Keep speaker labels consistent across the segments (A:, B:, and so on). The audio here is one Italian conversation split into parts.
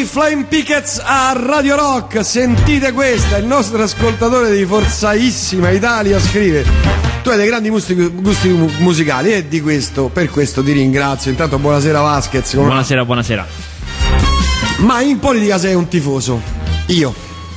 A: Flying Pickets a Radio Rock. Sentite questa, il nostro ascoltatore di Forzaissima Italia scrive: tu hai dei grandi gusti musicali e per questo ti ringrazio. Intanto buonasera Vasquez.
B: Buonasera.
A: Ma in politica sei un tifoso. Io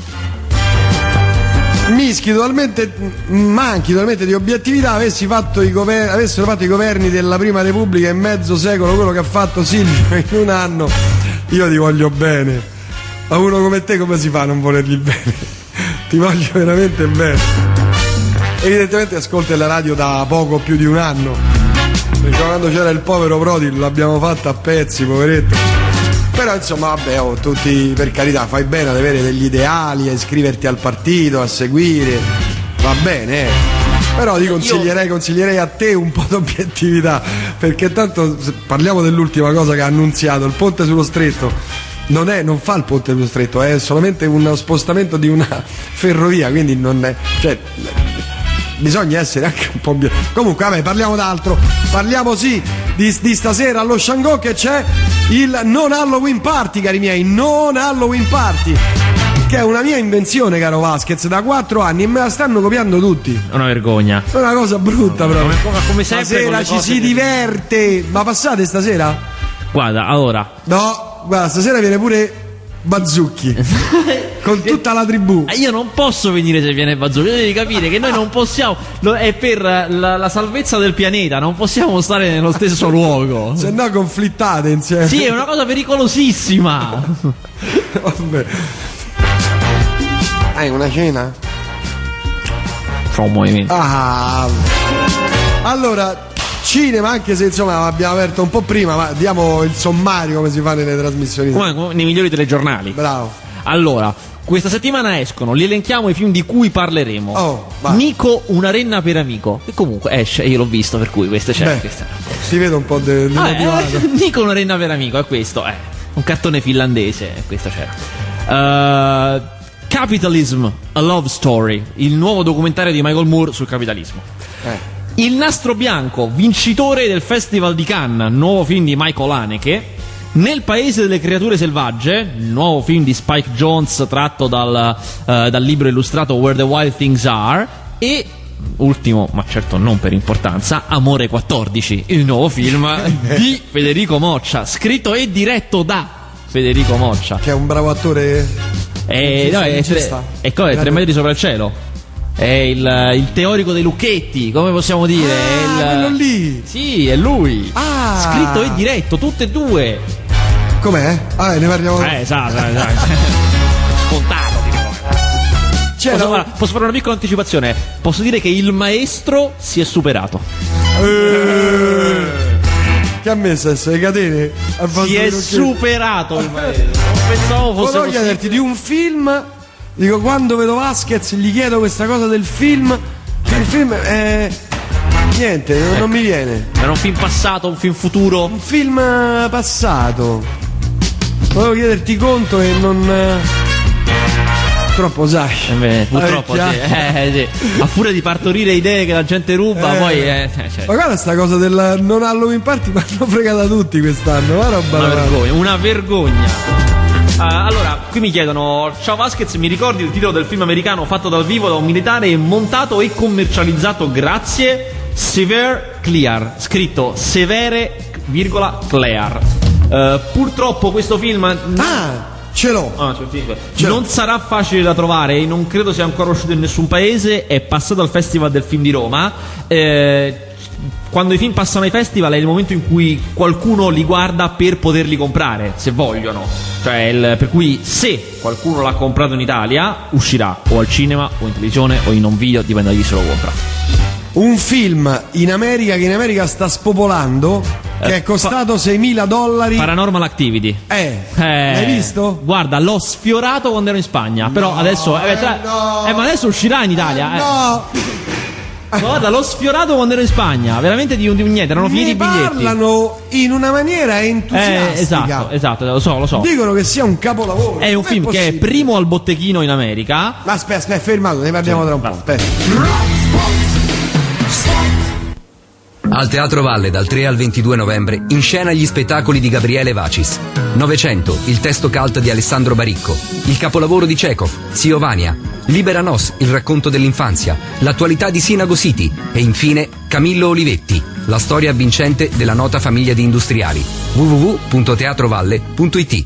A: manchi totalmente di obiettività. Avessero fatto i governi della Prima Repubblica in mezzo secolo quello che ha fatto Silvio in un anno, io ti voglio bene. Ma uno come te come si fa a non volergli bene? Ti voglio veramente bene. Evidentemente ascolti la radio da poco più di un anno, perché quando c'era il povero Prodi l'abbiamo fatta a pezzi, poveretto. Però insomma vabbè, tutti, per carità, fai bene ad avere degli ideali, a iscriverti al partito, a seguire, va bene, però ti consiglierei a te un po' di obiettività, perché tanto parliamo dell'ultima cosa che ha annunziato, il ponte sullo stretto. Non fa il ponte sullo stretto, è solamente uno spostamento di una ferrovia, quindi non è, cioè, bisogna essere anche un po'. Comunque vabbè, parliamo d'altro. Parliamo di stasera allo Shango, che c'è il non Halloween Party, cari miei, non Halloween Party, che è una mia invenzione, caro Vasquez, da 4 anni, e me la stanno copiando tutti.
B: È una vergogna.
A: È una cosa brutta proprio.
B: Come sempre
A: stasera ci si diverte. Ma passate stasera?
B: Guarda, allora.
A: No, guarda, stasera viene pure Bazzucchi con tutta la tribù.
B: Io non posso venire se viene Bazzucchi. Devi capire che noi non possiamo. È per la salvezza del pianeta. Non possiamo stare nello stesso luogo.
A: Se no conflittate insieme.
B: Sì, è una cosa pericolosissima.
A: Vabbè. Hai una cena?
B: Fa un movimento.
A: Allora, cinema, anche se insomma abbiamo aperto un po' prima, ma diamo il sommario come si fa nelle trasmissioni.
B: Come nei migliori telegiornali.
A: Bravo.
B: Allora, questa settimana escono, li elenchiamo i film di cui parleremo. Nico, una renna per amico. E comunque esce, io l'ho visto, per cui questa c'è.
A: Si vede un po' di motivato.
B: Nico, una renna per amico, è questo, un cartone finlandese, questo c'è. Capitalism, a Love Story, il nuovo documentario di Michael Moore sul capitalismo. Il Nastro Bianco, vincitore del Festival di Cannes, nuovo film di Michael Haneke. Nel Paese delle creature selvagge, il nuovo film di Spike Jonze tratto dal libro illustrato Where the Wild Things Are. E ultimo, ma certo non per importanza, Amore 14, il nuovo film di Federico Moccia, scritto e diretto da Federico Moccia,
A: che è un bravo attore.
B: È 3 metri sopra il cielo. È il teorico dei lucchetti, come possiamo dire?
A: Quello lì.
B: Sì, è lui. Scritto e diretto, tutte e due.
A: Com'è? Ne parliamo.
B: Esatto. Scontato. Posso fare una piccola anticipazione? Posso dire che il maestro si è superato.
A: Che ha messo le catene?
B: Si è superato il maestro. Non pensavo fosse
A: Volevo chiederti di un film. Dico, quando vedo Vasquez gli chiedo questa cosa del film. Il film è. Niente, non mi viene.
B: Era un film passato, un film futuro?
A: Un film passato. Volevo chiederti conto e non. Purtroppo sai.
B: Purtroppo sì. A furia di partorire idee che la gente ruba, poi. Certo.
A: Ma guarda sta cosa del non Halloween Party, mi hanno fregata tutti quest'anno.
B: Una vergogna. Allora, qui mi chiedono: ciao Vasquez, mi ricordi il titolo del film americano fatto dal vivo da un militare montato e commercializzato grazie? Severe Clear, scritto Severe, Clear. Purtroppo questo film
A: ce l'ho.
B: Non sarà facile da trovare e non credo sia ancora uscito in nessun paese. È passato al Festival del Film di Roma. Quando i film passano ai festival è il momento in cui qualcuno li guarda per poterli comprare, se vogliono. Cioè, per cui se qualcuno l'ha comprato in Italia, uscirà o al cinema o in televisione o in un video, dipende da chi se lo compra.
A: Un film in America che in America sta spopolando, che è costato $6.000.
B: Paranormal Activity.
A: L'hai visto?
B: Guarda, l'ho sfiorato quando ero in Spagna. Però adesso ma adesso uscirà in Italia. Guarda, l'ho sfiorato quando ero in Spagna. Veramente di un niente, erano finiti i biglietti.
A: Parlano in una maniera entusiastica.
B: Esatto, lo so.
A: Dicono che sia un capolavoro.
B: È un film che è primo al botteghino in America.
A: Ma aspetta, fermato, ne parliamo tra un po'.
C: Al Teatro Valle dal 3 al 22 novembre in scena gli spettacoli di Gabriele Vacis. 900, il testo cult di Alessandro Baricco, il capolavoro di Chekhov, Zio Vania, Libera Nos, il racconto dell'infanzia, l'attualità di Sinago City e infine Camillo Olivetti, la storia avvincente della nota famiglia di industriali. www.teatrovalle.it.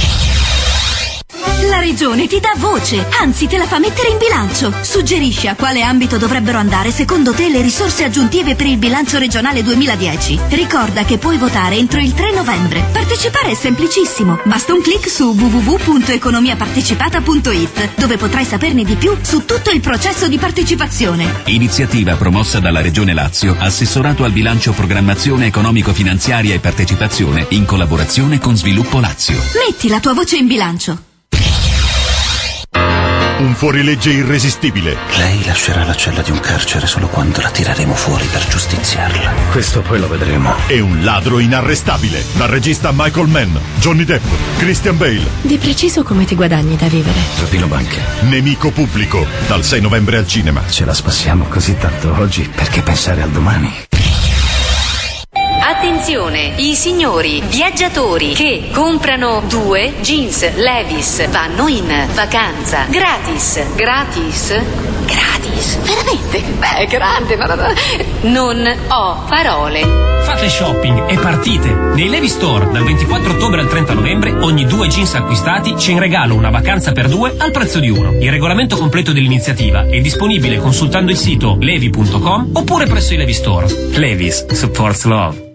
D: La Regione ti dà voce, anzi te la fa mettere in bilancio. Suggerisce a quale ambito dovrebbero andare secondo te le risorse aggiuntive per il bilancio regionale 2010. Ricorda che puoi votare entro il 3 novembre. Partecipare è semplicissimo. Basta un clic su www.economiapartecipata.it, dove potrai saperne di più su tutto il processo di partecipazione.
E: Iniziativa promossa dalla Regione Lazio, Assessorato al bilancio, programmazione economico-finanziaria e partecipazione in collaborazione con Sviluppo Lazio.
D: Metti la tua voce in bilancio.
F: Un fuorilegge irresistibile.
G: Lei lascerà la cella di un carcere solo quando la tireremo fuori per giustiziarla. Questo poi lo vedremo.
F: E un ladro inarrestabile. Dal regista Michael Mann, Johnny Depp, Christian Bale.
H: Di preciso come ti guadagni da vivere?
G: Rapino banche.
F: Nemico pubblico. Dal 6 novembre al cinema.
G: Ce la spassiamo così tanto oggi, perché pensare al domani?
I: Attenzione, i signori viaggiatori che comprano 2 jeans Levi's vanno in vacanza gratis. Gratis? Gratis? Veramente? Beh, è grande, ma non ho parole.
J: Fate shopping e partite. Nei Levi Store dal 24 ottobre al 30 novembre ogni 2 jeans acquistati c'è in regalo una vacanza per 2 al prezzo di 1. Il regolamento completo dell'iniziativa è disponibile consultando il sito levi.com oppure presso i Levi Store. Levi's supports love.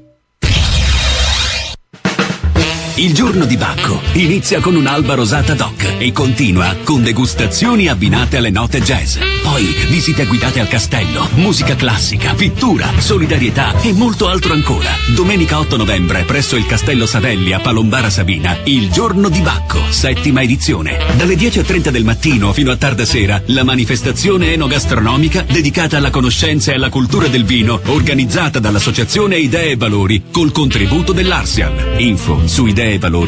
E: Il giorno di Bacco inizia con un'alba rosata DOC e continua con degustazioni abbinate alle note jazz. Poi visite guidate al castello, musica classica, pittura, solidarietà e molto altro ancora. Domenica 8 novembre presso il Castello Savelli a Palombara Sabina, il giorno di Bacco, 7ª edizione. Dalle 10:30 del mattino fino a tarda sera, la manifestazione enogastronomica dedicata alla conoscenza e alla cultura del vino, organizzata dall'Associazione Idee e Valori col contributo dell'Arsian. Info su ideevalori.it.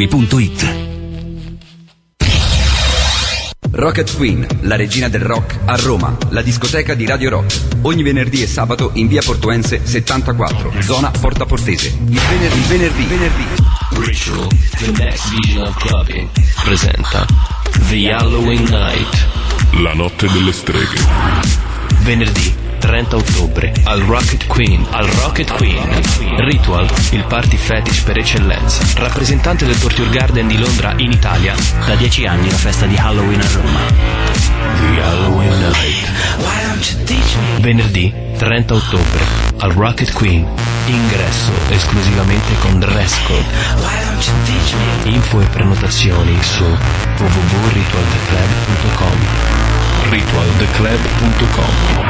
C: Rocket Queen, la regina del rock a Roma, la discoteca di Radio Rock. Ogni venerdì e sabato in via Portuense 74, zona Porta Portese. Il venerdì.
K: Ritual, the next vision of clubbing, presenta The Halloween Night,
F: la notte delle streghe.
K: venerdì 30 ottobre al Rocket Queen. Ritual, il party fetish per eccellenza, rappresentante del Torture Garden di Londra in Italia. Da 10 anni la festa di Halloween a Roma. The Halloween Night, venerdì 30 ottobre al Rocket Queen. Ingresso esclusivamente con dress code. Info e prenotazioni su www.ritualtheclub.com. ritualtheclub.com.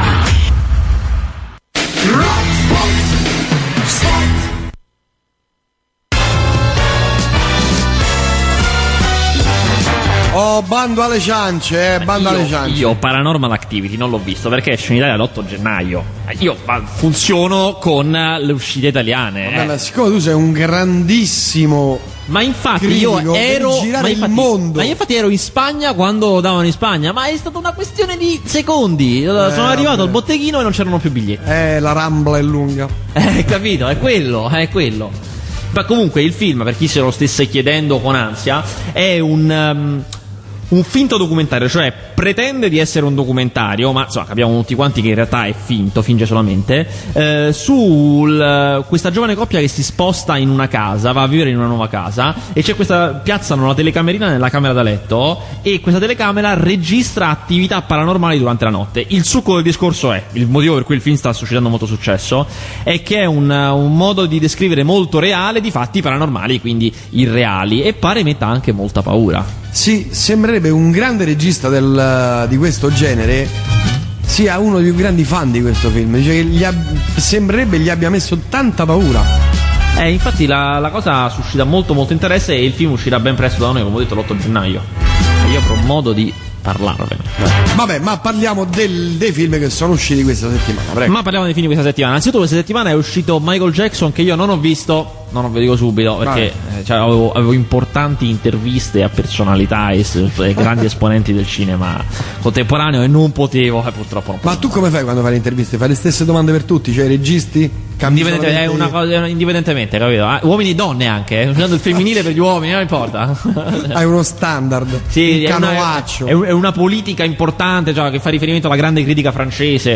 A: Oh, bando alle ciance, bando alle ciance.
B: Io Paranormal Activity non l'ho visto perché esce in Italia l'8 gennaio. Io funziono con le uscite italiane.
A: Vabbè, ma siccome tu sei un grandissimo,
B: ma infatti
A: critico,
B: io ero
A: per girare il mondo.
B: Ma io infatti ero in Spagna quando lo davano in Spagna, ma è stata una questione di secondi. Sono arrivato al botteghino e non c'erano più biglietti.
A: La Rambla è lunga.
B: Capito, è quello. Ma comunque il film, per chi se lo stesse chiedendo con ansia, è un finto documentario, cioè pretende di essere un documentario, ma insomma capiamo tutti quanti che in realtà è finto, finge solamente, su questa giovane coppia che si sposta in una casa, va a vivere in una nuova casa e c'è piazzano una telecamerina nella camera da letto e questa telecamera registra attività paranormali durante la notte. Il succo del discorso è, il motivo per cui il film sta suscitando molto successo, è che è un modo di descrivere molto reale di fatti paranormali, quindi irreali, e pare metta anche molta paura.
A: Sì, sembrerebbe un grande regista di questo genere sia uno dei più grandi fan di questo film, cioè sembrerebbe gli abbia messo tanta paura.
B: Infatti la cosa suscita molto molto interesse e il film uscirà ben presto da noi, come ho detto, l'8 gennaio. E io avrò modo di parlarvene.
A: Vabbè, ma parliamo dei film che sono usciti questa settimana, prego.
B: Ma parliamo dei film di questa settimana. Anzitutto questa settimana è uscito Michael Jackson, che io non ho visto. No, ve lo dico subito, perché avevo importanti interviste a personalità e grandi esponenti del cinema contemporaneo e non potevo, purtroppo non potevo.
A: Ma tu come fai quando fai le interviste? Fai le stesse domande per tutti? Cioè i registi?
B: È una cosa indipendentemente, capito? Uomini e donne anche, usando il femminile per gli uomini, non importa.
A: Hai uno standard,
B: sì,
A: un canovaccio.
B: È una politica importante, cioè, che fa riferimento alla grande critica francese.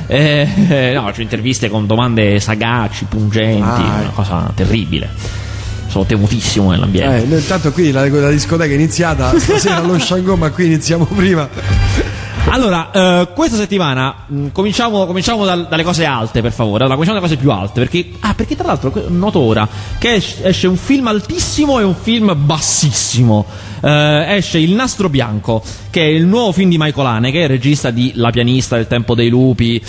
B: No, c'è interviste con domande sagaci, pungenti, una cosa terribile. Sono temutissimo nell'ambiente.
A: Intanto qui la discoteca è iniziata, stasera allo Shanghai, ma qui iniziamo prima.
B: Allora, questa settimana cominciamo dalle cose alte, per favore. Allora, cominciamo dalle cose più alte, perché tra l'altro noto ora che esce un film altissimo e un film bassissimo. Esce Il Nastro Bianco, che è il nuovo film di Michael Haneke, regista di La pianista, Il tempo dei lupi,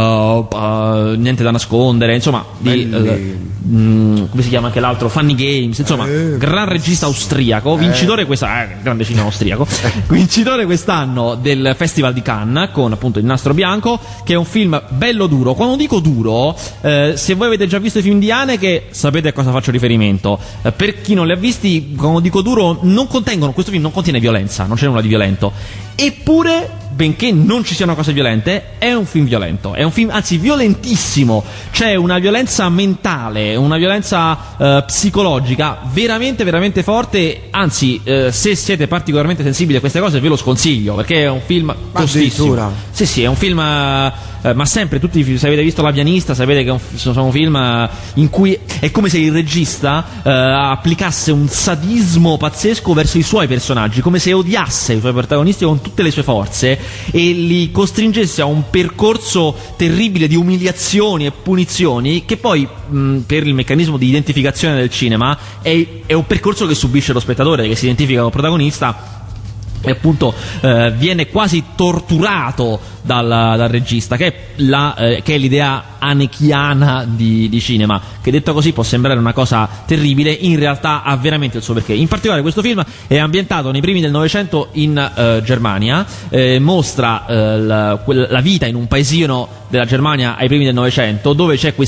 B: Niente da nascondere, insomma, come si chiama anche l'altro? Funny Games, insomma, gran regista austriaco, vincitore grande cinema austriaco, vincitore quest'anno del Festival di Cannes con appunto Il Nastro Bianco, che è un film bello duro. Quando dico duro, se voi avete già visto i film di Haneke sapete a cosa faccio riferimento. Per chi non li ha visti, quando dico duro, questo film non contiene violenza, non c'è nulla di violento. Eppure, benché non ci siano cose violente, è un film violento, è un film anzi violentissimo. C'è una violenza mentale, una violenza psicologica veramente veramente forte. Anzi, se siete particolarmente sensibili a queste cose ve lo sconsiglio, perché è un film tostissimo. Sì, è un film ma sempre, tutti, se avete visto La pianista, sapete che sono un film in cui è come se il regista applicasse un sadismo pazzesco verso i suoi personaggi, come se odiasse i suoi protagonisti con tutte le sue forze e li costringesse a un percorso terribile di umiliazioni e punizioni, che poi per il meccanismo di identificazione del cinema è un percorso che subisce lo spettatore, che si identifica con il protagonista e appunto viene quasi torturato dal regista, che è l'idea hanekiana di cinema, che detto così può sembrare una cosa terribile, in realtà ha veramente il suo perché. In particolare questo film è ambientato nei primi del Novecento in Germania, mostra la vita in un paesino della Germania ai primi del Novecento, dove c'è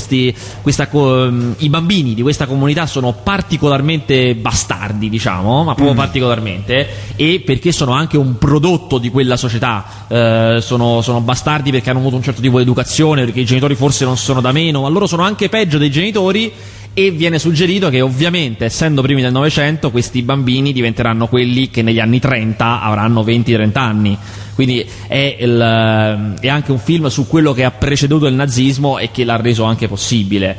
B: i bambini di questa comunità sono particolarmente bastardi, diciamo, ma proprio particolarmente, e perché sono anche un prodotto di quella società. Sono bastardi perché hanno avuto un certo tipo di educazione, perché i genitori forse non sono da meno, ma loro sono anche peggio dei genitori, e viene suggerito che ovviamente, essendo primi del Novecento, questi bambini diventeranno quelli che negli anni 30 avranno 20-30 anni. Quindi è anche un film su quello che ha preceduto il nazismo e che l'ha reso anche possibile.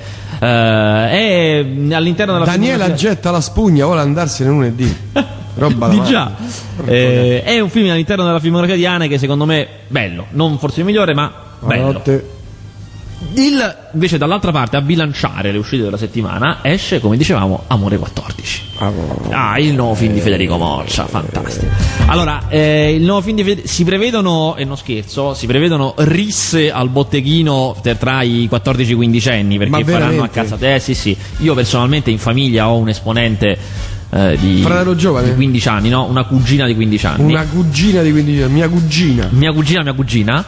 B: È all'interno della
A: Daniela getta la spugna, vuole andarsene lunedì. Roba
B: di già. È un film all'interno della filmografia di Haneke, secondo me bello, non forse il migliore, ma bello. Invece dall'altra parte, a bilanciare le uscite della settimana, esce, come dicevamo, Amore 14. Il nuovo film di Federico Morcia, fantastico. Allora, il nuovo film si prevedono, e non scherzo, risse al botteghino tra i 14 e i 15 anni, perché faranno a cazzate. Sì. Io personalmente in famiglia ho un esponente
A: fratello giovane
B: di 15 anni, no? Una cugina di 15 anni.
A: Una cugina di 15 anni, mia cugina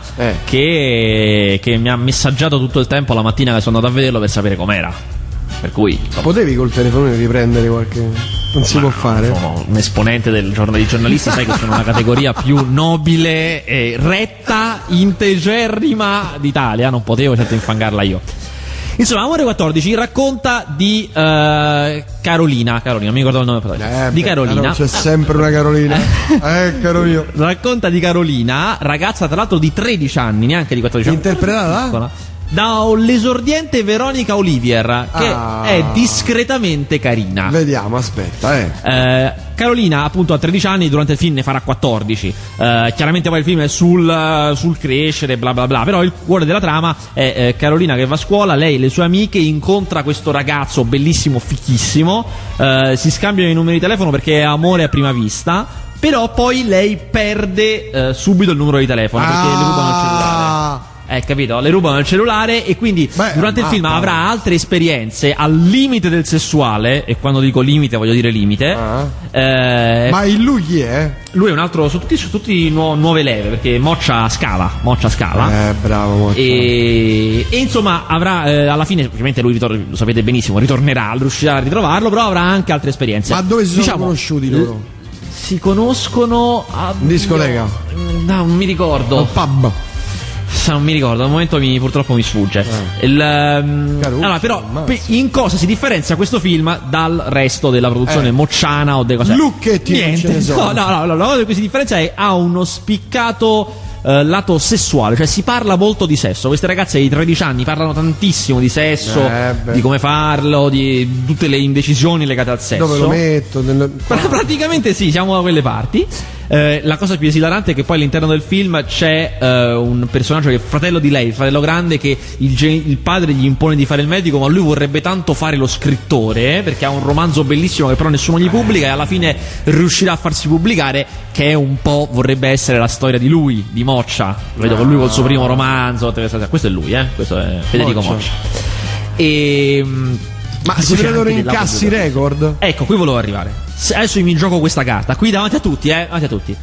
B: che mi ha messaggiato tutto il tempo la mattina che sono andato a vederlo per sapere com'era. Per cui
A: potevi col telefono riprendere qualche. Non si può fare.
B: Sono un esponente dei giornalisti, sai che sono una categoria più nobile e retta, integerrima d'Italia, non potevo certo infangarla io. Insomma, Amore 14 racconta di Carolina, non mi ricordo il nome di Carolina.
A: C'è sempre una Carolina. Caro mio.
B: Racconta di Carolina, ragazza tra l'altro di 13 anni, neanche di 14 anni.
A: Interpretata
B: da l'esordiente Veronica Olivier, che è discretamente carina.
A: Vediamo, aspetta.
B: Carolina appunto ha 13 anni, durante il film ne farà 14. Chiaramente poi il film è sul crescere, bla bla bla, però il cuore della trama è Carolina che va a scuola, lei e le sue amiche incontra questo ragazzo bellissimo, fichissimo, si scambiano i numeri di telefono perché è amore a prima vista, però poi lei perde subito il numero di telefono perché le rubano il cellulare. capito? Le rubano il cellulare e quindi durante il film avrà altre esperienze al limite del sessuale, e quando dico limite voglio dire limite.
A: Ma il lui chi è?
B: Lui è un altro, su tutti nuove leve, perché Moccia scava.
A: Bravo Moccia.
B: E insomma avrà alla fine, ovviamente lui lo sapete benissimo, riuscirà a ritrovarlo, però avrà anche altre esperienze.
A: Ma dove si sono conosciuti loro?
B: Si conoscono a
A: discoteca?
B: No, non mi ricordo.
A: Al pub?
B: Non mi ricordo, al momento purtroppo mi sfugge. Allora, però, in cosa si differenzia questo film dal resto della produzione mocciana o delle cose?
A: Lucchetti.
B: Niente. No, la cosa di cui si differenzia è ha uno spiccato lato sessuale, cioè si parla molto di sesso. Queste ragazze di 13 anni parlano tantissimo di sesso, di come farlo, di tutte le indecisioni legate al sesso.
A: Dove lo metto?
B: Praticamente sì, siamo da quelle parti. La cosa più esilarante è che poi all'interno del film c'è un personaggio che è fratello di lei, il fratello grande, che il padre gli impone di fare il medico, ma lui vorrebbe tanto fare lo scrittore, perché ha un romanzo bellissimo che però nessuno gli pubblica, e alla fine riuscirà a farsi pubblicare, che è un po' vorrebbe essere la storia di lui, di Moccia. Lo vedo con lui col suo primo romanzo. Questo è lui, questo è Federico Moccia.
A: Ma si vedono incassi record?
B: Ecco, qui volevo arrivare. Adesso mi gioco questa carta qui davanti a tutti, davanti a tutti.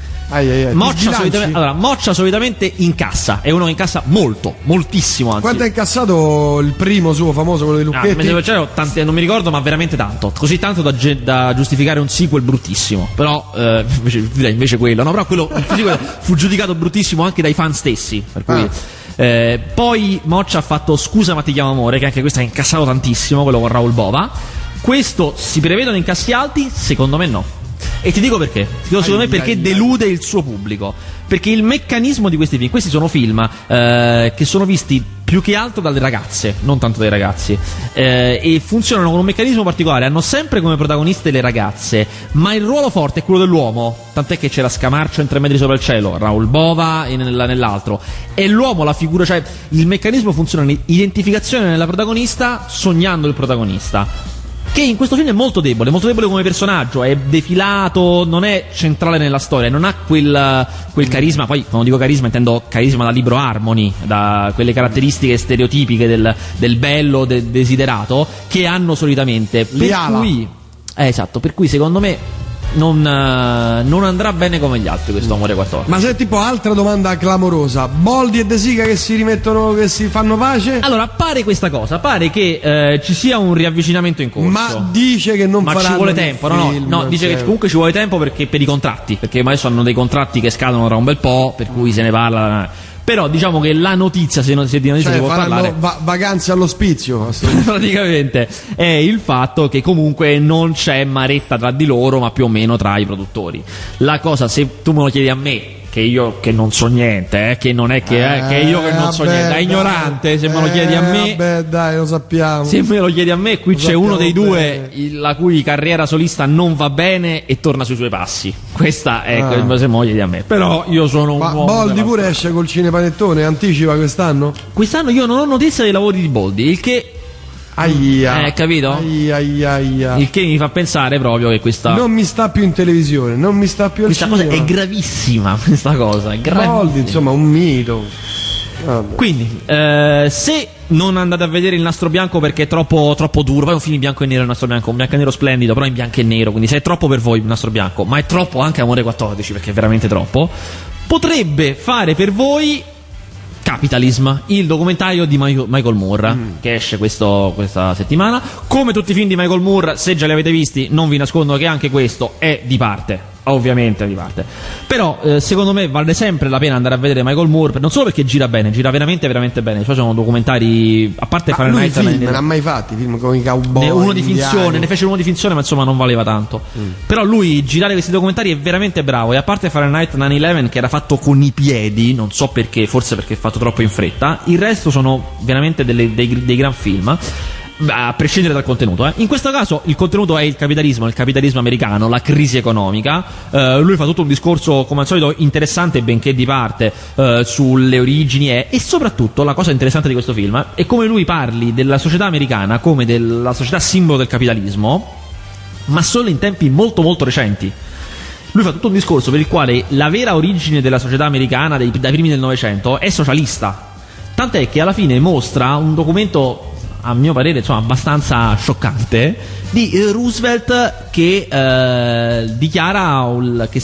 B: Moccia solitamente incassa, è uno che incassa moltissimo, anzi.
A: Quanto ha incassato il primo suo famoso, quello di Lucchetti?
B: Non mi ricordo, ma veramente tanto, così tanto da giustificare un sequel bruttissimo. Però invece quello, no, però quello fu giudicato bruttissimo anche dai fan stessi, per cui poi Moccia ha fatto Scusa ma ti chiamo amore, che anche questo ha incassato tantissimo, quello con Raul Bova. Questo si prevedono incassi alti? Secondo me no. E ti dico perché. Secondo me perché delude il suo pubblico. Perché il meccanismo di questi sono film che sono visti più che altro dalle ragazze, non tanto dai ragazzi, e funzionano con un meccanismo particolare. Hanno sempre come protagoniste le ragazze, ma il ruolo forte è quello dell'uomo. Tant'è che c'era Scamarcio in 3 metri sopra il cielo, Raul Bova nell'altro. E l'uomo, la figura, cioè il meccanismo funziona in identificazione nella protagonista, sognando il protagonista, che in questo film è molto debole come personaggio, è defilato, non è centrale nella storia, non ha quel carisma. Poi quando dico carisma intendo carisma da libro Harmony, da quelle caratteristiche stereotipiche del bello, del desiderato, che hanno solitamente. Per cui secondo me non andrà bene come gli altri questo Amore 14.
A: Ma se tipo altra domanda clamorosa, Boldi e De Sica che si rimettono, che si fanno pace?
B: Allora pare questa cosa, pare che ci sia un riavvicinamento in corso.
A: Ma dice che non faranno,
B: ma ci vuole tempo, no, dice che comunque ci vuole tempo perché per i contratti, perché adesso hanno dei contratti che scadono tra un bel po', per cui se ne parla. Però diciamo che la notizia, se di notizia si può parlare,
A: vacanze all'ospizio
B: praticamente è il fatto che comunque non c'è maretta tra di loro, ma più o meno tra i produttori. La cosa, se tu me lo chiedi a me, che io che non so niente, che non è che io che non so niente, da ignorante, se me lo chiedi a me,
A: dai, lo sappiamo.
B: Se me lo chiedi a me, qui c'è uno dei due la cui carriera solista non va bene e torna sui suoi passi. Questa è se me lo chiedi a me. Però io sono un uomo.
A: Boldi pure esce col cinepanettone, anticipa quest'anno?
B: Quest'anno io non ho notizia dei lavori di Boldi, il che capito? Il che mi fa pensare proprio che questa
A: non mi sta più in televisione, non mi sta più al
B: cinema. Questa cosa è gravissima, questa cosa è gravissima.
A: Boldi, insomma, un mito.
B: Vabbè. Quindi se non andate a vedere Il Nastro Bianco perché è troppo duro, poi è un film in bianco e nero, Il Nastro Bianco, un bianco e nero splendido, però in bianco e nero, quindi se è troppo per voi Il Nastro Bianco, ma è troppo anche Amore 14 perché è veramente troppo, potrebbe fare per voi Capitalism, il documentario di Michael Moore, che esce questa settimana. Come tutti i film di Michael Moore, se già li avete visti, non vi nascondo che anche questo è di parte, ovviamente di parte. Però secondo me vale sempre la pena andare a vedere Michael Moore, non solo perché gira bene, gira veramente i suoi sono documentari, a parte Fahrenheit,
A: lui film non ha mai fatti film con i cowboy,
B: uno di finzione, ne fece uno di finzione, ma insomma non valeva tanto. Però lui girare questi documentari è veramente bravo, e a parte Fahrenheit 9/11 che era fatto con i piedi, non so perché, forse perché è fatto troppo in fretta, il resto sono veramente dei gran film, a prescindere dal contenuto. In questo caso il contenuto è il capitalismo americano, la crisi economica. Lui fa tutto un discorso come al solito interessante, benché di parte, sulle origini e soprattutto la cosa interessante di questo film è come lui parli della società americana come della società simbolo del capitalismo, ma solo in tempi molto molto recenti. Lui fa tutto un discorso per il quale la vera origine della società americana dai primi del Novecento è socialista, tant'è che alla fine mostra un documento, a mio parere, insomma, abbastanza scioccante, di Roosevelt che dichiara che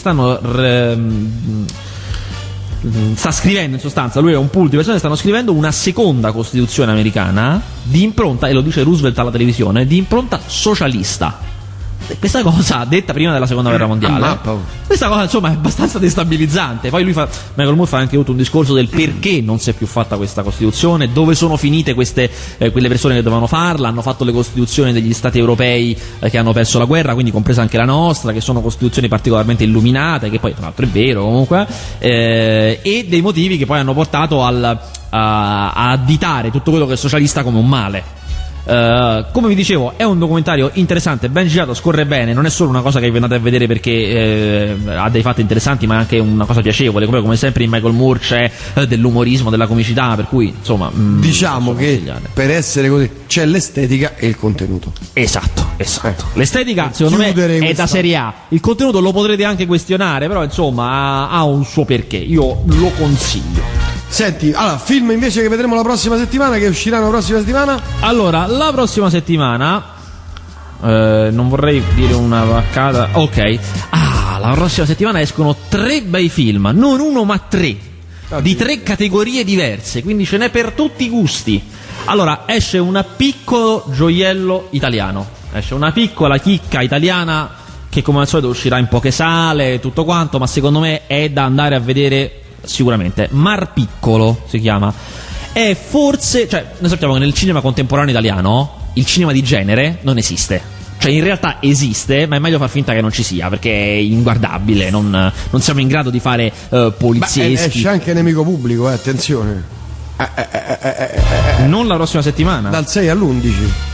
B: sta scrivendo, in sostanza, lui è un pool di persone, stanno scrivendo una seconda Costituzione americana di impronta, e lo dice Roosevelt alla televisione, di impronta socialista. Questa cosa detta prima della seconda guerra mondiale, questa cosa insomma è abbastanza destabilizzante. Poi Michael Moore fa anche avuto un discorso del perché non si è più fatta questa Costituzione, dove sono finite quelle persone che dovevano farla. Hanno fatto le Costituzioni degli stati europei che hanno perso la guerra, quindi compresa anche la nostra, che sono Costituzioni particolarmente illuminate, che poi tra l'altro è vero comunque, e dei motivi che poi hanno portato a additare tutto quello che è socialista come un male. Come vi dicevo, è un documentario interessante, ben girato, scorre bene, non è solo una cosa che vi andate a vedere perché ha dei fatti interessanti, ma è anche una cosa piacevole. Come sempre in Michael Moore c'è dell'umorismo, della comicità, per cui insomma
A: diciamo che per essere così c'è l'estetica e il contenuto.
B: Esatto. L'estetica secondo me è da serie A, il contenuto lo potrete anche questionare, però insomma ha un suo perché, io lo consiglio.
A: Senti, allora, film invece che vedremo la prossima settimana, che usciranno la prossima settimana?
B: Allora, la prossima settimana non vorrei dire una vaccata. Ok. La prossima settimana escono 3 bei film, non uno ma 3, di 3 categorie diverse, quindi ce n'è per tutti i gusti. Allora, esce un piccolo gioiello italiano, esce una piccola chicca italiana che come al solito uscirà in poche sale, tutto quanto, ma secondo me è da andare a vedere sicuramente. Mar Piccolo si chiama. È forse, cioè, noi sappiamo che nel cinema contemporaneo italiano il cinema di genere non esiste. Cioè in realtà esiste, ma è meglio far finta che non ci sia, perché è inguardabile, non siamo in grado di fare polizieschi.
A: Esce anche Nemico Pubblico, attenzione.
B: Non la prossima settimana,
A: dal 6 all'11.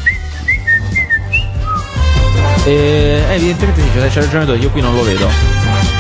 B: Evidentemente sì, c'è ragione tu, io qui non lo vedo.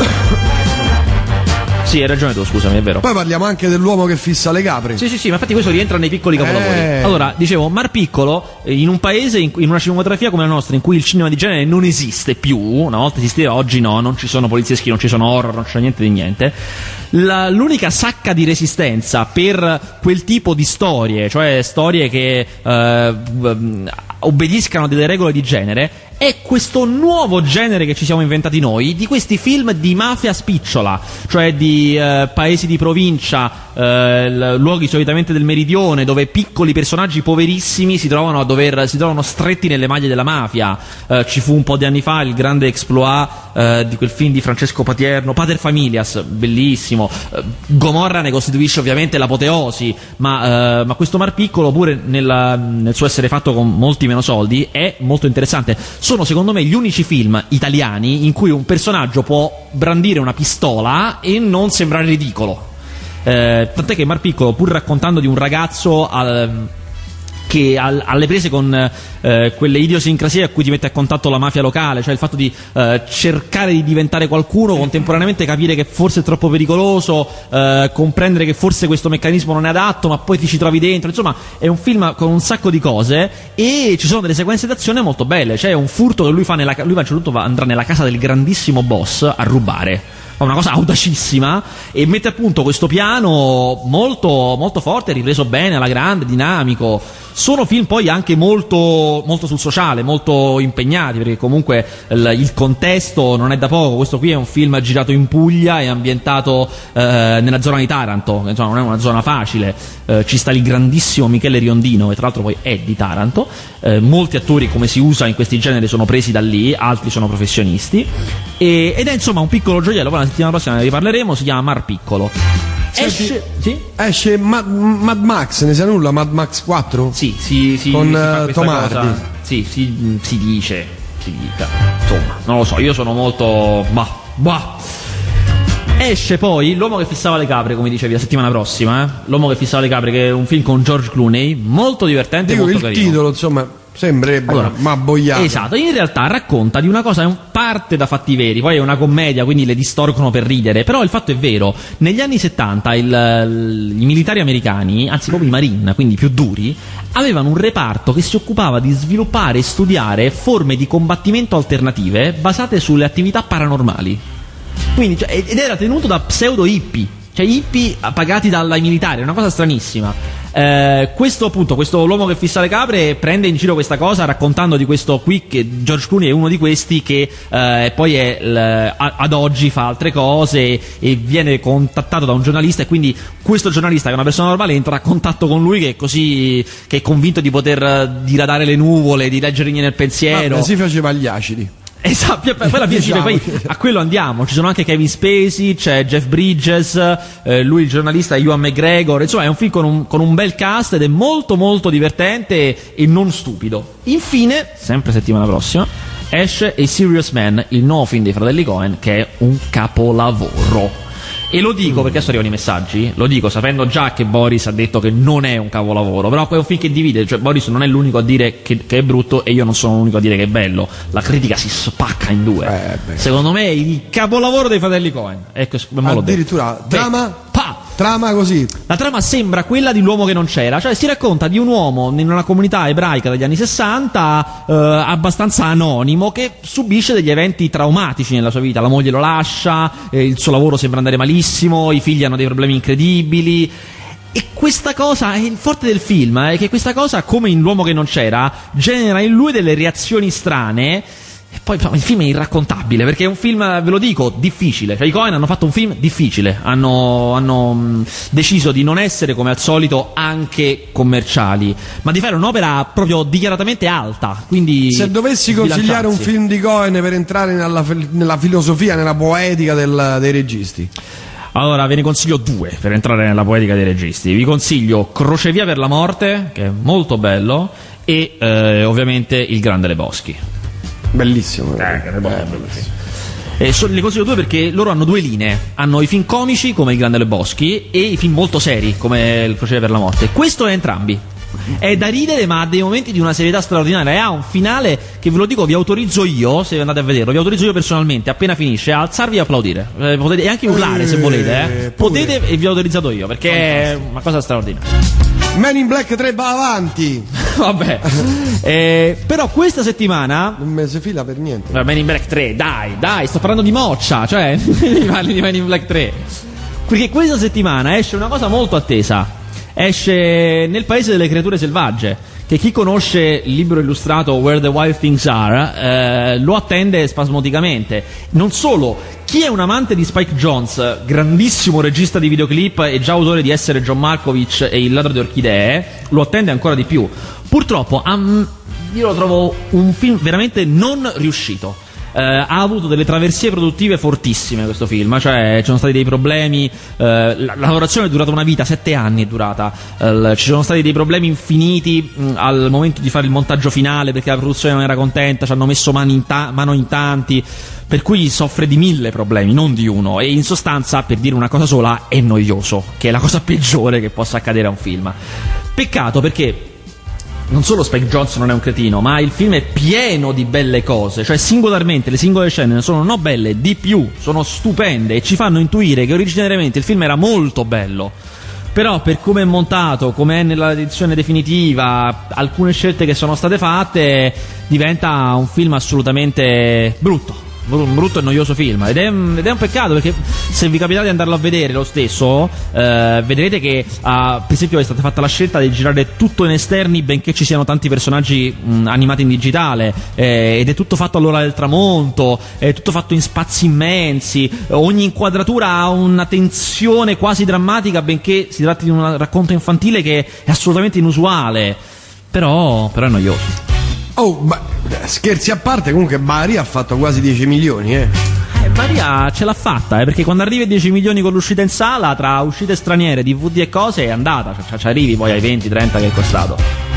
B: Sì, hai ragione tu, scusami, è vero.
A: Poi parliamo anche dell'uomo che fissa le capre.
B: Sì, ma infatti questo rientra nei piccoli capolavori. Allora, dicevo, Mar Piccolo, in un paese, in una cinematografia come la nostra, in cui il cinema di genere non esiste più, una volta esisteva, oggi no, non ci sono polizieschi, non ci sono horror, non c'è niente di niente. L'unica sacca di resistenza per quel tipo di storie, cioè storie che obbediscano a delle regole di genere, è questo nuovo genere che ci siamo inventati noi, di questi film di mafia spicciola, cioè di paesi di provincia, luoghi solitamente del meridione, dove piccoli personaggi poverissimi si trovano stretti nelle maglie della mafia. Ci fu un po' di anni fa il grande exploit di quel film di Francesco Patierno, Pater Familias, bellissimo. Gomorra ne costituisce ovviamente l'apoteosi, ma questo Mar Piccolo, pure nel suo essere fatto con molti meno soldi, è molto interessante. Sono secondo me gli unici film italiani in cui un personaggio può brandire una pistola e non sembrare ridicolo. Tant'è che Mar Piccolo, pur raccontando di un ragazzo che alle prese con quelle idiosincrasie a cui ti mette a contatto la mafia locale, cioè il fatto di cercare di diventare qualcuno, contemporaneamente capire che forse è troppo pericoloso, comprendere che forse questo meccanismo non è adatto, ma poi ti ci trovi dentro. Insomma, è un film con un sacco di cose e ci sono delle sequenze d'azione molto belle. C'è un furto che lui fa lui a un certo punto andrà nella casa del grandissimo boss a rubare. Fa una cosa audacissima e mette a punto questo piano molto, molto forte, ripreso bene, alla grande, dinamico. Sono film poi anche molto, molto sul sociale, molto impegnati, perché comunque il contesto non è da poco. Questo qui è un film girato in Puglia e ambientato nella zona di Taranto, che insomma non è una zona facile. Ci sta il grandissimo Michele Riondino, che tra l'altro poi è di Taranto. Molti attori, come si usa in questi generi, sono presi da lì, altri sono professionisti, ed è insomma un piccolo gioiello. Poi la settimana prossima ne riparleremo. Si chiama Mar Piccolo. Esce
A: Mad Max, ne sa nulla? Mad Max 4?
B: Sì,
A: con Tom Hardy.
B: Sì, si dice. Insomma, non lo so, io sono molto Esce poi L'uomo che fissava le capre, come dicevi, la settimana prossima. L'uomo che fissava le capre, che è un film con George Clooney, molto divertente e molto carino.
A: Il titolo, insomma, sembrerebbe ma boiato.
B: Esatto, in realtà racconta di una cosa, parte da fatti veri, poi è una commedia, quindi le distorcono per ridere, però il fatto è vero. Negli anni 70 i militari americani, anzi proprio i Marine, quindi più duri, avevano un reparto che si occupava di sviluppare e studiare forme di combattimento alternative basate sulle attività paranormali. Quindi, ed era tenuto da pseudo hippie. cioè hippie pagati dai militari, è una cosa stranissima. Questo l'uomo che fissa le capre prende in giro questa cosa raccontando di questo qui, che George Clooney è uno di questi che poi ad oggi fa altre cose e viene contattato da un giornalista, e quindi questo giornalista, che è una persona normale, entra a contatto con lui, che è convinto di poter diradare le nuvole, di leggergli nel pensiero.
A: Si faceva gli acidi.
B: Esatto, poi alla fine poi a quello andiamo. Ci sono anche Kevin Spacey, c'è Jeff Bridges, lui il giornalista Ewan McGregor. Insomma, è un film con un bel cast ed è molto molto divertente e non stupido. Infine, sempre settimana prossima, esce A Serious Man, il nuovo film dei fratelli Coen, che è un capolavoro. E lo dico perché adesso arrivano i messaggi, lo dico sapendo già che Boris ha detto che non è un capolavoro, però è un film che divide, cioè Boris non è l'unico a dire che è brutto e io non sono l'unico a dire che è bello, la critica si spacca in due. Secondo me è il capolavoro dei fratelli Coen. Ecco,
A: addirittura trama così.
B: La trama sembra quella di L'uomo che non c'era, cioè si racconta di un uomo in una comunità ebraica degli anni 60 abbastanza anonimo, che subisce degli eventi traumatici nella sua vita. La moglie lo lascia, il suo lavoro sembra andare malissimo, i figli hanno dei problemi incredibili. E questa cosa, il forte del film è che questa cosa, come in L'uomo che non c'era, genera in lui delle reazioni strane. E poi il film è irraccontabile, perché è un film, ve lo dico, difficile. Cioè i Coen hanno fatto un film difficile, hanno deciso di non essere come al solito anche commerciali, ma di fare un'opera proprio dichiaratamente alta. Quindi
A: se dovessi consigliare un film di Coen per entrare nella filosofia, nella poetica dei registi,
B: allora ve ne consiglio due per entrare nella poetica dei registi. Vi consiglio Crocevia per la morte, che è molto bello, e ovviamente Il Grande Lebowski.
A: Bellissimo.
B: Le consiglio due perché loro hanno due linee. Hanno i film comici come Il Grande Lebowski e i film molto seri come Il Crocevia per la morte. Questo è entrambi. È da ridere, ma ha dei momenti di una serietà straordinaria e ha un finale che, ve lo dico, vi autorizzo io, se andate a vederlo, vi autorizzo io personalmente, appena finisce, a alzarvi e applaudire. Potete anche urlare se volete, potete, e vi ho autorizzato io perché è una cosa straordinaria.
A: Man in Black 3 va avanti.
B: Vabbè, però questa settimana
A: un mese fila per niente.
B: Man in Black 3, dai, sto parlando di Moccia, cioè mi parli di Man in Black 3, perché questa settimana esce una cosa molto attesa. Esce Nel Paese delle Creature Selvagge, che chi conosce il libro illustrato Where the Wild Things Are lo attende spasmodicamente. Non solo, chi è un amante di Spike Jonze, grandissimo regista di videoclip e già autore di Essere John Malkovich e Il ladro di orchidee, lo attende ancora di più. Purtroppo io lo trovo un film veramente non riuscito. Ha avuto delle traversie produttive fortissime questo film, cioè ci sono stati dei problemi, la lavorazione è durata una vita, 7 anni è durata, ci sono stati dei problemi infiniti al momento di fare il montaggio finale, perché la produzione non era contenta, ci hanno messo mano in tanti, per cui soffre di 1000 problemi, non di uno, e in sostanza, per dire una cosa sola, è noioso, che è la cosa peggiore che possa accadere a un film. Peccato, perché non solo Spike Jonze non è un cretino, ma il film è pieno di belle cose, cioè singolarmente le singole scene sono non belle, di più, sono stupende e ci fanno intuire che originariamente il film era molto bello. Però per come è montato, come è nella edizione definitiva, alcune scelte che sono state fatte, diventa un film assolutamente brutto e noioso film, ed è un peccato, perché se vi capitate di andarlo a vedere lo stesso, vedrete che per esempio è stata fatta la scelta di girare tutto in esterni, benché ci siano tanti personaggi animati in digitale, ed è tutto fatto all'ora del tramonto, è tutto fatto in spazi immensi, ogni inquadratura ha una tensione quasi drammatica, benché si tratti di un racconto infantile che è assolutamente inusuale, però è noioso.
A: Scherzi a parte, comunque Bari ha fatto quasi 10 milioni,
B: Maria ce l'ha fatta, perché quando arrivi a 10 milioni con l'uscita in sala, tra uscite straniere, DVD e cose, è andata, ci arrivi poi ai 20-30 che è costato.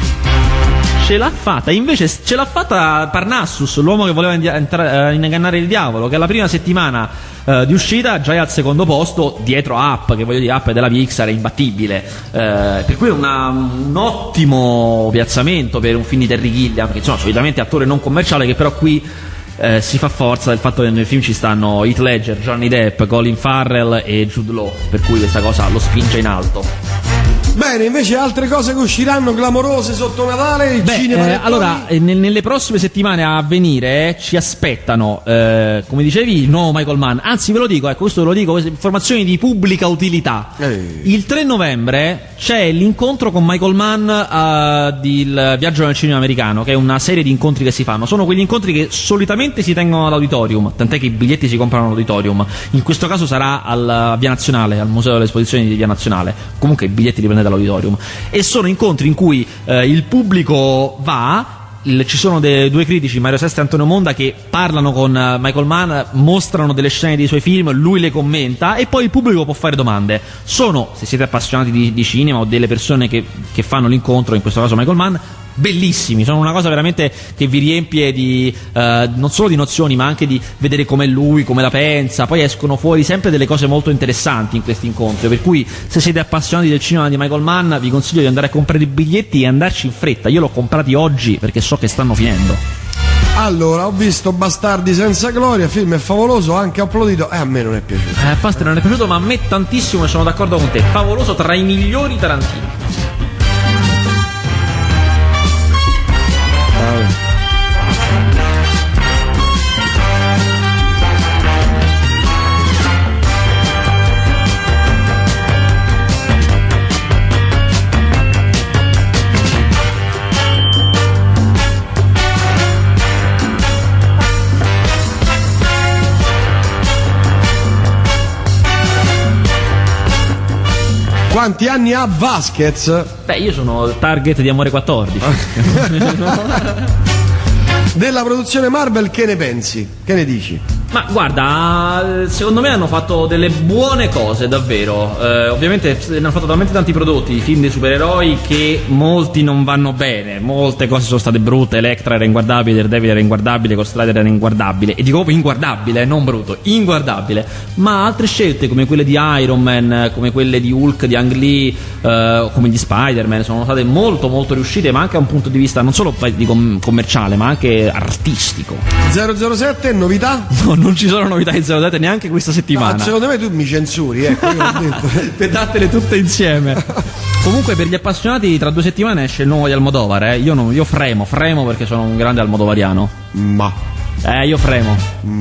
B: Ce l'ha fatta, invece ce l'ha fatta Parnassus, l'uomo che voleva ingannare il diavolo, che alla prima settimana di uscita già è al secondo posto, dietro Up, che voglio dire, Up della Pixar è imbattibile, per cui è un ottimo piazzamento per un film di Terry Gilliam, che insomma solitamente attore non commerciale, che però qui si fa forza del fatto che nel film ci stanno Heath Ledger, Johnny Depp, Colin Farrell e Jude Law, per cui questa cosa lo spinge in alto.
A: Bene, invece altre cose che usciranno clamorose sotto Natale, il cinema.
B: Allora, nelle prossime settimane a venire ci aspettano, come dicevi, il nuovo Michael Mann. Anzi, ve lo dico, questo ve lo dico, informazioni di pubblica utilità. Il 3 novembre c'è l'incontro con Michael Mann del Viaggio nel cinema americano, che è una serie di incontri che si fanno. Sono quegli incontri che solitamente si tengono all'auditorium, tant'è che i biglietti si comprano all'auditorium. In questo caso sarà a Via Nazionale, al Museo delle Esposizioni di Via Nazionale. Comunque i biglietti li prendete all'auditorium. E sono incontri in cui il pubblico va. Ci sono due critici, Mario Sesta e Antonio Monda, che parlano con Michael Mann, mostrano delle scene dei suoi film, lui le commenta e poi il pubblico può fare domande. Sono, se siete appassionati di cinema o delle persone che fanno l'incontro, in questo caso Michael Mann, bellissimi, sono una cosa veramente che vi riempie di non solo di nozioni, ma anche di vedere com'è lui, come la pensa. Poi escono fuori sempre delle cose molto interessanti in questi incontri, per cui se siete appassionati del cinema di Michael Mann vi consiglio di andare a comprare i biglietti e andarci in fretta. Io l'ho comprati oggi perché so che stanno finendo.
A: Allora, ho visto Bastardi senza gloria, film è favoloso, anche applaudito, e a me non è piaciuto.
B: Faster non è piaciuto, ma a me tantissimo, e sono d'accordo con te, favoloso, tra i migliori Tarantino.
A: Quanti anni ha Vasquez?
B: Beh, io sono target di Amore 14.
A: Della produzione Marvel che ne pensi? Che ne dici?
B: Ma guarda, secondo me hanno fatto delle buone cose, davvero. Ovviamente ne hanno fatto talmente tanti prodotti, film dei supereroi, che molti non vanno bene. Molte cose sono state brutte. Electra era inguardabile, Daredevil era inguardabile, Ghost Rider era inguardabile. E dico proprio inguardabile, non brutto, inguardabile. Ma altre scelte, come quelle di Iron Man, come quelle di Hulk, di Ang Lee, come di Spider-Man, sono state molto molto riuscite, ma anche da un punto di vista non solo commerciale, ma anche artistico.
A: 007, novità?
B: No, non ci sono novità in 007 neanche questa settimana.
A: No, secondo me tu mi censuri, ecco, io ho detto.
B: Per dartele tutte insieme. Comunque, per gli appassionati, tra 2 settimane esce il nuovo di Almodovar. Io fremo perché sono un grande almodovariano. Io fremo.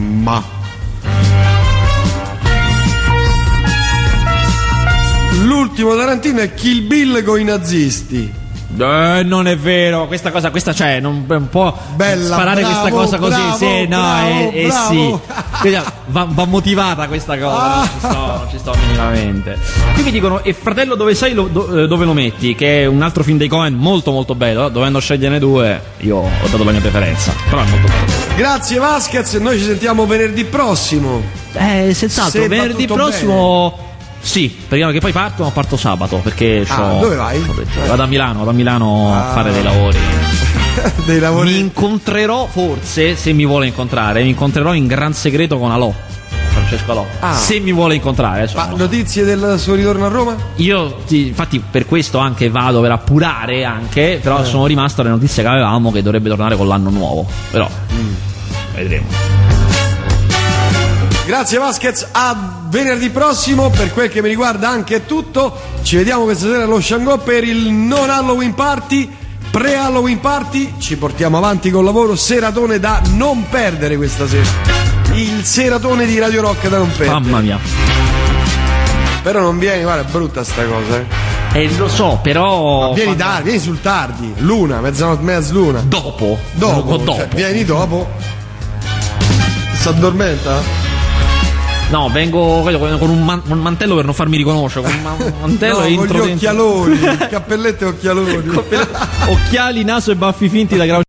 A: L'ultimo Tarantino è Kill Bill con i nazisti.
B: Non è vero, questa c'è, non può
A: bella,
B: sparare
A: bravo,
B: questa cosa così,
A: bravo,
B: sì, no,
A: bravo.
B: sì. Va motivata questa cosa, non ci sto minimamente. Qui mi dicono, e Fratello dove sei, dove lo metti? Che è un altro film dei Coen molto molto bello, dovendo sceglierne 2, io ho dato la mia preferenza, però è molto bello.
A: Grazie Vasquez, noi ci sentiamo venerdì prossimo.
B: Senz'altro,
A: se
B: venerdì prossimo... Bene. Sì, perché poi parto sabato, perché
A: dove vai?
B: Vado a Milano a fare dei lavori.
A: Dei lavori.
B: Mi incontrerò, forse, se mi vuole incontrare, mi incontrerò in gran segreto con Alò, Francesco Alò. Se mi vuole incontrare.
A: Ma notizie del suo ritorno a Roma?
B: Io, infatti, per questo anche vado per appurare anche, però sono rimasto alle notizie che avevamo che dovrebbe tornare con l'anno nuovo. Però vedremo.
A: Grazie Vasquez, a venerdì prossimo. Per quel che mi riguarda anche è tutto. Ci vediamo questa sera allo Shanghai per il non Halloween Party, pre-Halloween Party. Ci portiamo avanti col lavoro, seratone da non perdere questa sera. Il seratone di Radio Rock da non perdere.
B: Mamma mia.
A: Però non vieni, guarda, è brutta sta cosa,
B: lo so, però...
A: Ma vieni tardi, vieni sul tardi. L'una, mezzanotte, mezz'luna.
B: Dopo.
A: Cioè, vieni dopo. Si addormenta?
B: No, vengo con un mantello per non farmi riconoscere. Con un mantello
A: no,
B: e
A: con
B: entro
A: gli occhialoni, cappelletto e occhialoni.
B: Occhiali, naso e baffi finti da